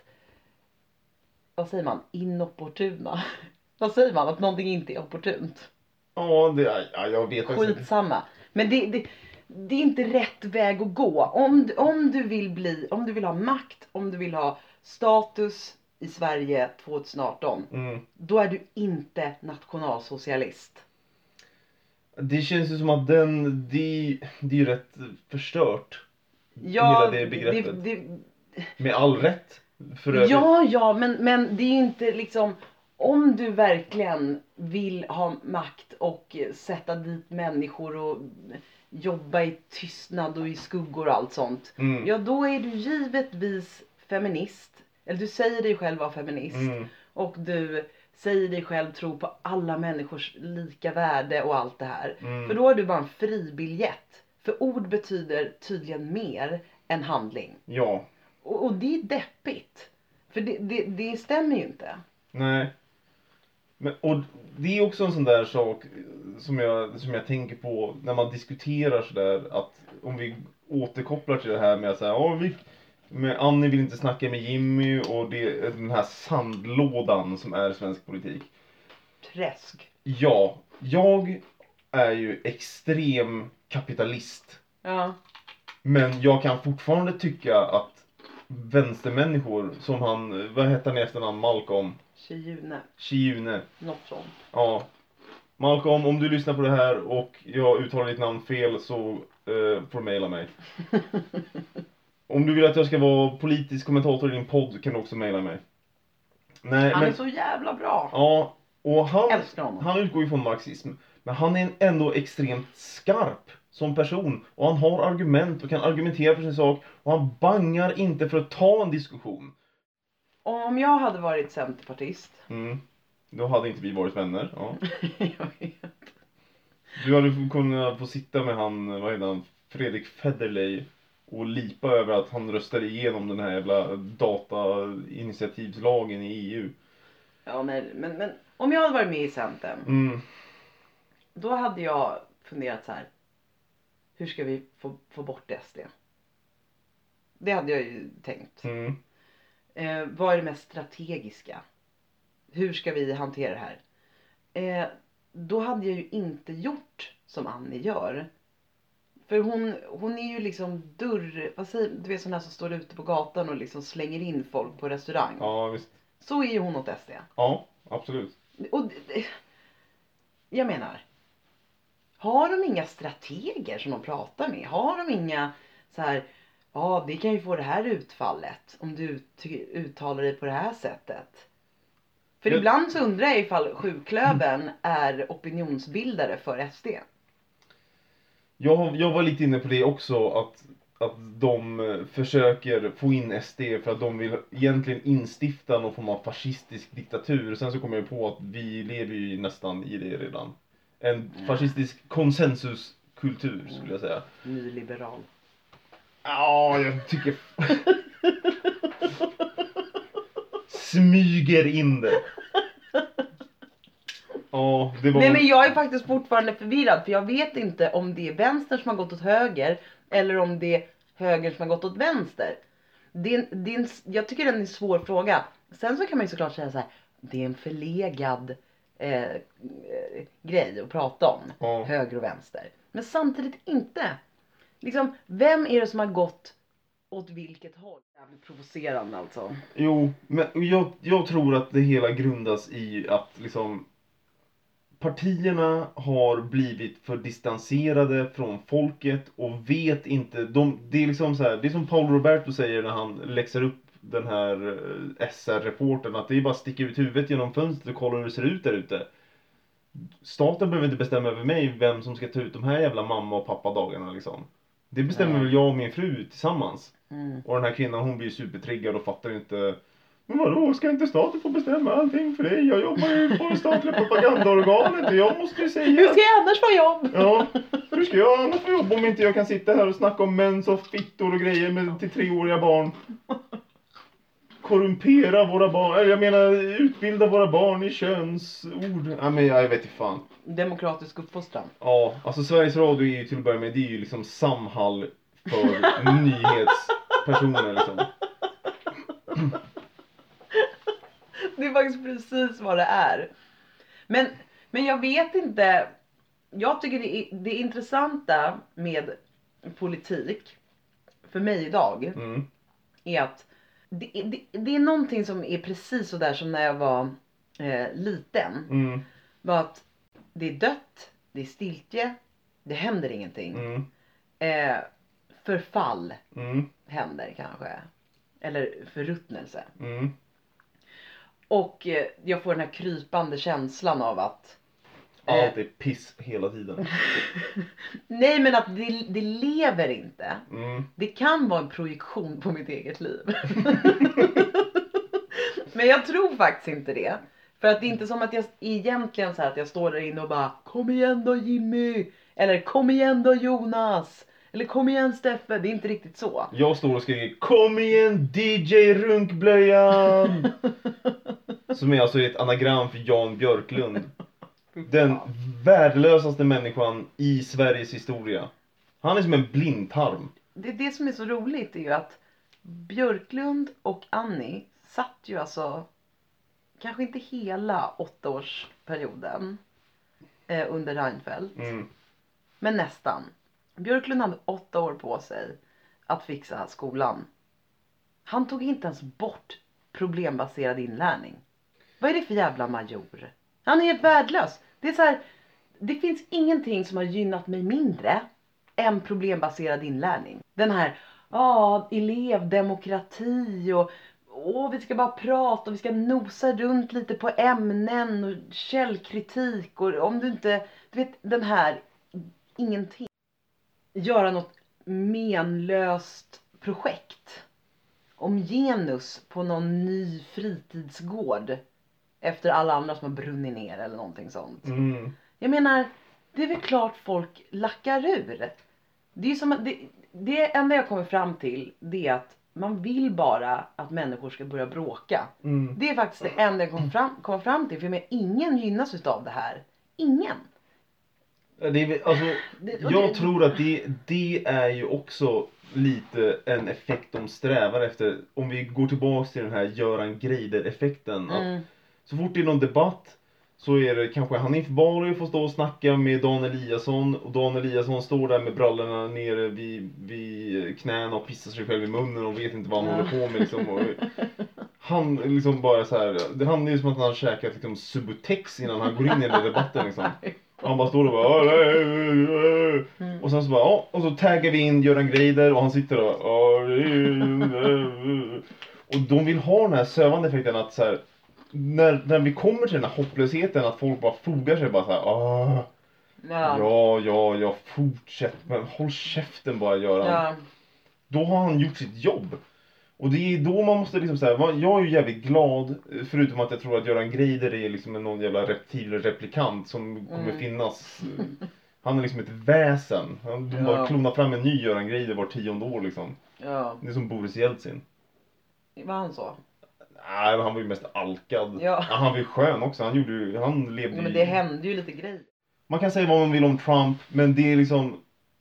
vad säger man, inopportuna. Vad säger man? Att någonting inte är opportunt. Ja, det är, ja, jag vet inte. Skitsamma. Men det, det, det är inte rätt väg att gå. Om, du- om du vill bli, om du vill ha makt, om du vill ha status i Sverige tjugoarton. Mm. Då är du inte nationalsocialist. Det känns ju som att den, det, det är ju rätt förstört. Ja, hela det begreppet. Det, det, Med all rätt. För övrigt. ja, ja, men, men det är ju inte liksom, om du verkligen vill ha makt och sätta dit människor och jobba i tystnad och i skuggor och allt sånt. Mm. Ja, då är du givetvis feminist. Eller du säger dig själv vara feminist. Mm. Och du säger dig själv tro på alla människors lika värde och allt det här. Mm. För då är du bara en fribiljett. För ord betyder tydligen mer än handling. Ja. Och, och det är deppigt. För det, det, det stämmer ju inte. Nej. Men, och det är också en sån där sak som jag, som jag tänker på när man diskuterar sådär, att om vi återkopplar till det här med att säga, ja, vi, med Annie vill inte snacka med Jimmy och det, den här sandlådan som är svensk politik. Träsk. Ja, jag är ju extrem kapitalist. Ja. Men jag kan fortfarande tycka att vänstermänniskor som han, vad heter han i efternamn, Malcolm? Tjejune. Chiune. Något sånt. Ja. Malcolm, om du lyssnar på det här och jag uttalar ditt namn fel så eh, får du mejla mig. Om du vill att jag ska vara politisk kommentator i din podd kan du också mejla mig. Nej, Han men, är så jävla bra. ja, och han, Älskar honom. han utgår ju från marxism. Men han är ändå extremt skarp som person. Och han har argument och kan argumentera för sin sak. Och han bangar inte för att ta en diskussion. Om jag hade varit centerpartist. Mm. Då hade inte vi varit vänner. Ja. Jag vet. Du hade kunnat få sitta med han, vad heter han, Fredrik Federley och lipa över att han röstade igenom den här jävla datainitiativslagen i E U. Ja, men, men, men om jag hade varit med i Centern. Mm. Då hade jag funderat så här. Hur ska vi få, få bort S D? Det hade jag ju tänkt. Mm. Eh, vad är det mest strategiska? Hur ska vi hantera det här? Eh, då hade jag ju inte gjort som Annie gör. För hon, hon är ju liksom dörr... Vad säger du? Vet sådana som står ute på gatan och liksom slänger in folk på restaurang. Ja, visst. Så är ju hon åt S D. Ja, absolut. Och det- jag menar, har de inga strateger som de pratar med? Har de inga så här, ja det kan ju få det här utfallet om du ut- uttalar dig på det här sättet. För Jag- ibland så undrar jag ifall sjuklöven är opinionsbildare för S D. Jag, jag var lite inne på det också, att, att de eh, försöker få in S D för att de vill egentligen instifta någon form av fascistisk diktatur. Sen så kommer jag på att vi lever ju nästan i det redan. En fascistisk konsensuskultur skulle jag säga. Nyliberal. Ja, jag tycker... Smyger in det. Ja, det var... Nej men jag är faktiskt fortfarande förvirrad. För jag vet inte om det är vänster som har gått åt höger. Eller om det är höger som har gått åt vänster. Det är, en, det är en, jag tycker det är en svår fråga. Sen så kan man ju såklart säga så här. Det är en förlegad eh, eh, grej att prata om. Ja. Höger och vänster. Men samtidigt inte. Liksom, vem är det som har gått åt vilket håll? Jävligt provocerande alltså. Jo, men jag, jag tror att det hela grundas i att liksom partierna har blivit för distanserade från folket och vet inte, de, det är liksom så här, det är som Paolo Roberto säger när han läxar upp den här eh, S R-reportern, att det är bara att sticka ut huvudet genom fönstret och kolla hur det ser ut där ute. Staten behöver inte bestämma över mig vem som ska ta ut de här jävla mamma och pappadagarna liksom. Det bestämmer Nej. väl jag och min fru tillsammans. Mm. Och den här kvinnan, hon blir supertriggad och fattar inte. Men vadå, ska inte staten få bestämma allting för dig? Jag jobbar ju på det statliga propagandaorganet och jag måste ju säga... Hur ska jag annars få jobb? Ja, hur ska jag annars få jobb om inte jag kan sitta här och snacka om mens och fittor och grejer med till treåriga barn? Korrumpera våra barn, eller jag menar utbilda våra barn i könsord. Ja, men jag vet inte fan. Demokratisk uppfostran. Ja, alltså Sveriges Radio är ju till att börja med, det är ju liksom Samhall för nyhetspersoner liksom. Det är faktiskt precis vad det är. Men, men jag vet inte. Jag tycker det, är, det intressanta med politik för mig idag Mm. är att det, det, det är någonting som är precis så där som när jag var eh, liten. Mm. Var att det är dött, det är stiltje, det händer ingenting. Mm. Eh, förfall Mm. händer kanske. Eller förruttnelse. Mm. Och eh, jag får den här krypande känslan av att... eh, Allt är piss hela tiden. nej men att det, det lever inte. Mm. Det kan vara en projektion på mitt eget liv. Men jag tror faktiskt inte det. För att det är inte som att jag egentligen så här att jag står där inne och bara kom igen då Jimmy. Eller kom igen då Jonas. Eller kom igen Steffe. Det är inte riktigt så. Jag står och skriker kom igen D J Runkblöjan. Som är alltså ett anagram för Jan Björklund. Den värdelösaste människan i Sveriges historia. Han är som en blindtarm. Det, det som är så roligt är ju att Björklund och Annie satt ju alltså kanske inte hela åttaårsperioden eh, under Reinfeldt. Mm. Men nästan. Björklund hade åtta år på sig att fixa skolan. Han tog inte ens bort problembaserad inlärning. Vad är det för jävla major? Han är helt värdelös. Det är så här, det finns ingenting som har gynnat mig mindre än problembaserad inlärning. Den här, ja, elevdemokrati och åh, vi ska bara prata och vi ska nosa runt lite på ämnen och källkritik och om du inte, du vet den här, ingenting. Göra något menlöst projekt om genus på någon ny fritidsgård efter alla andra som har brunnit ner eller någonting sånt. Mm. Jag menar, det är väl klart folk lackar ur. Det är som att det, det enda jag kommer fram till det är att man vill bara att människor ska börja bråka. Mm. Det är faktiskt det enda jag kommer fram, kommer fram till. För men ingen gynnas utav det här. Ingen. Det är, väl- alltså, Det- och jag det- tror att det, det är ju också lite en effekt de strävar efter. Om vi går tillbaka till den här Göran Greider-effekten. Mm. Så fort det är någon debatt så är det kanske Hanif Bali får stå och snacka med Dan Eliasson. Och Dan Eliasson står där med brallorna nere vid, vid knäna och pissar sig själv i munnen och vet inte vad han Ja. håller på med. Liksom. Och han liksom bara så här, det handlar ju som att han har käkat liksom Subutex innan han går in i den debatten liksom. Och han bara står och bara mm. Och sen så bara, ja, och så taggar vi in Göran Greider och han sitter där och de vill ha den här sövande effekten att så här, när, när vi kommer till den här hopplösheten att folk bara fogar sig bara så här, ah, ja. ja, ja, ja, fortsätt, men håll käften bara Göran. Ja. Då har han gjort sitt jobb. Och det är då man måste liksom säga, jag är ju jävligt glad, förutom att jag tror att Göran Greider är liksom någon jävla reptilreplikant som kommer mm. finnas. Han är liksom ett väsen. Han ja. bara klonar fram en ny Göran Greider var tionde år liksom. Ja. Det är som Boris Jeltsin. Var han så? Nej, han var ju mest alkad. Ja. Ja, han var ju skön också. Han gjorde ju, han levde ja, men det hände ju lite grejer. Man kan säga vad man vill om Trump, men det är liksom,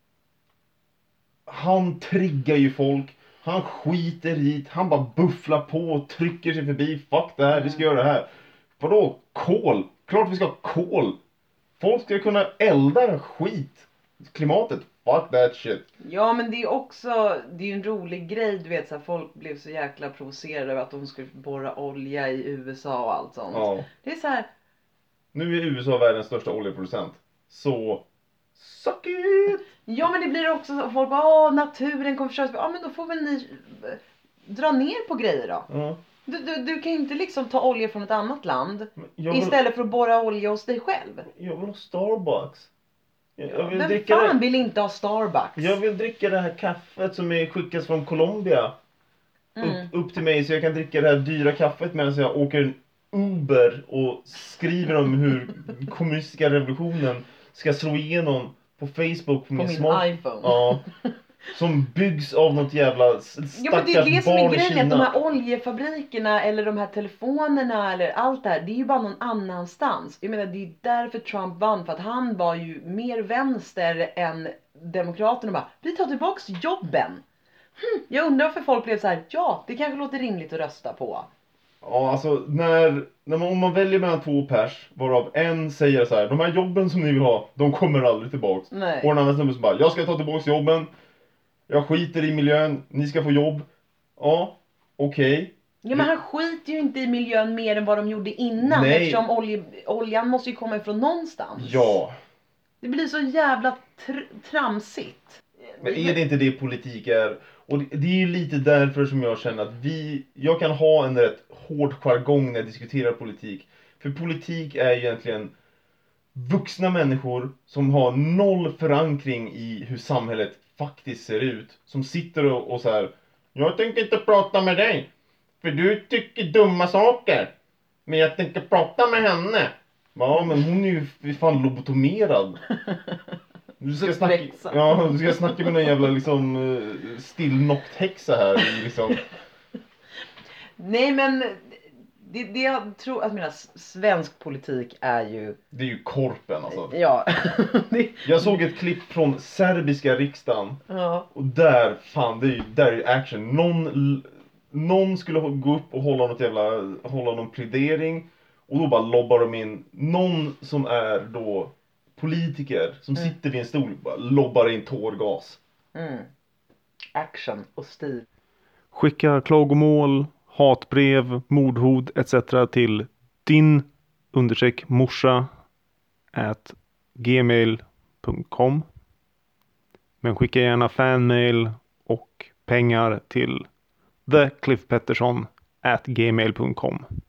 han triggar ju folk. Han skiter hit, han bara bufflar på och trycker sig förbi. Fuck det här, vi ska göra det här. Vadå? Kol? Klart vi ska ha kol. Folk ska kunna elda skit. Klimatet, fuck that shit. Ja, men det är också, det är ju en rolig grej, du vet så här, folk blev så jäkla provocerade över att de skulle borra olja i U S A och allt sånt. Ja. Det är så här. Nu är U S A världens största oljeproducent. Så suck it! Ja, men det blir också så, folk bara, åh, naturen kommer förstöras. Ja, men då får väl ni dra ner på grejer då. Ja. Du, du, du kan ju inte liksom ta olja från ett annat land vill, istället för att borra olja hos dig själv. Jag vill ha Starbucks. Jag, jag vill men dricka fan det. vill inte ha Starbucks? Jag vill dricka det här kaffet som är skickas från Colombia. Mm. Upp, upp till mig så jag kan dricka det här dyra kaffet medan jag åker en Uber och skriver om hur kommunistiska revolutionen ska slå igenom på Facebook. På min smart... iPhone. Ja. Som byggs av något jävla stackars ja, men det är det som är grejen, att de här Kina. oljefabrikerna eller de här telefonerna eller allt det här, det är ju bara någon annanstans. Jag menar, det är därför Trump vann, för att han var ju mer vänster än demokraterna. Bara, vi tar tillbaks jobben. Hm, jag undrar varför folk blev så här, ja, det kanske låter rimligt att rösta på. Ja, alltså när, när man, om man väljer mellan två pers, varav en säger så här, de här jobben som ni vill ha, de kommer aldrig tillbaks. Nej. Och en annan snubbe som bara, jag ska ta tillbaks jobben, jag skiter i miljön, ni ska få jobb. Ja, okej. Okay. Ja, men han skiter ju inte i miljön mer än vad de gjorde innan. Nej. Eftersom olje, oljan måste ju komma ifrån någonstans. Ja. Det blir så jävla tr- tramsigt. Men är det inte det politik är? Och det, det är ju lite därför som jag känner att vi, jag kan ha en rätt hård jargong när jag diskuterar politik. För politik är egentligen vuxna människor som har noll förankring i hur samhället faktiskt ser ut. Som sitter och, och så här, jag tänker inte prata med dig. För du tycker dumma saker. Men jag tänker prata med henne. Ja, men hon är ju fan lobotomerad. Du ska snacka, ja, du ska snacka med en jävla liksom stillnockt häxa här liksom. Nej, men det, det jag tror att mina svensk politik är ju, det är ju korpen alltså. Ja. det... Jag såg ett klipp från serbiska riksdagen. Ja. Och där fan det är ju där är action. Någon någon skulle gå upp och hålla något jävla hålla någon plädering och då bara lobbar de in någon som är då politiker som mm. sitter vid en stol och bara lobbar in tårgas. Mm. Action och stil. Skicka klagomål, hatbrev, mordhot et cetera till din understreck morsa at gmail punkt com. Men skicka gärna fanmail och pengar till the cliff pettersson at gmail punkt com.